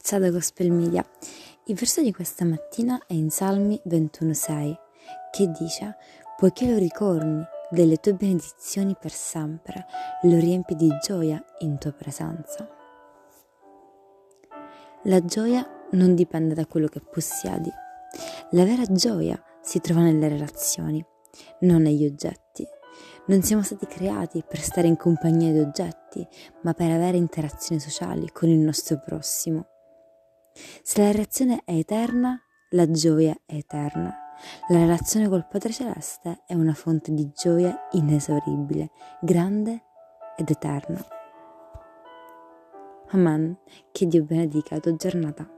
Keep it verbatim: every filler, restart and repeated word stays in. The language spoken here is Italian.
Ciao da Gospel Media. Il verso di questa mattina è in Salmi ventuno sei, che dice: poiché lo ricordi delle tue benedizioni per sempre, lo riempi di gioia in tua presenza. La gioia non dipende da quello che possiedi. La vera gioia si trova nelle relazioni, non negli oggetti. Non siamo stati creati per stare in compagnia di oggetti, ma per avere interazioni sociali con il nostro prossimo. Se la relazione è eterna, la gioia è eterna. La relazione col Padre Celeste è una fonte di gioia inesauribile, grande ed eterna. Amen. Che Dio benedica la tua giornata.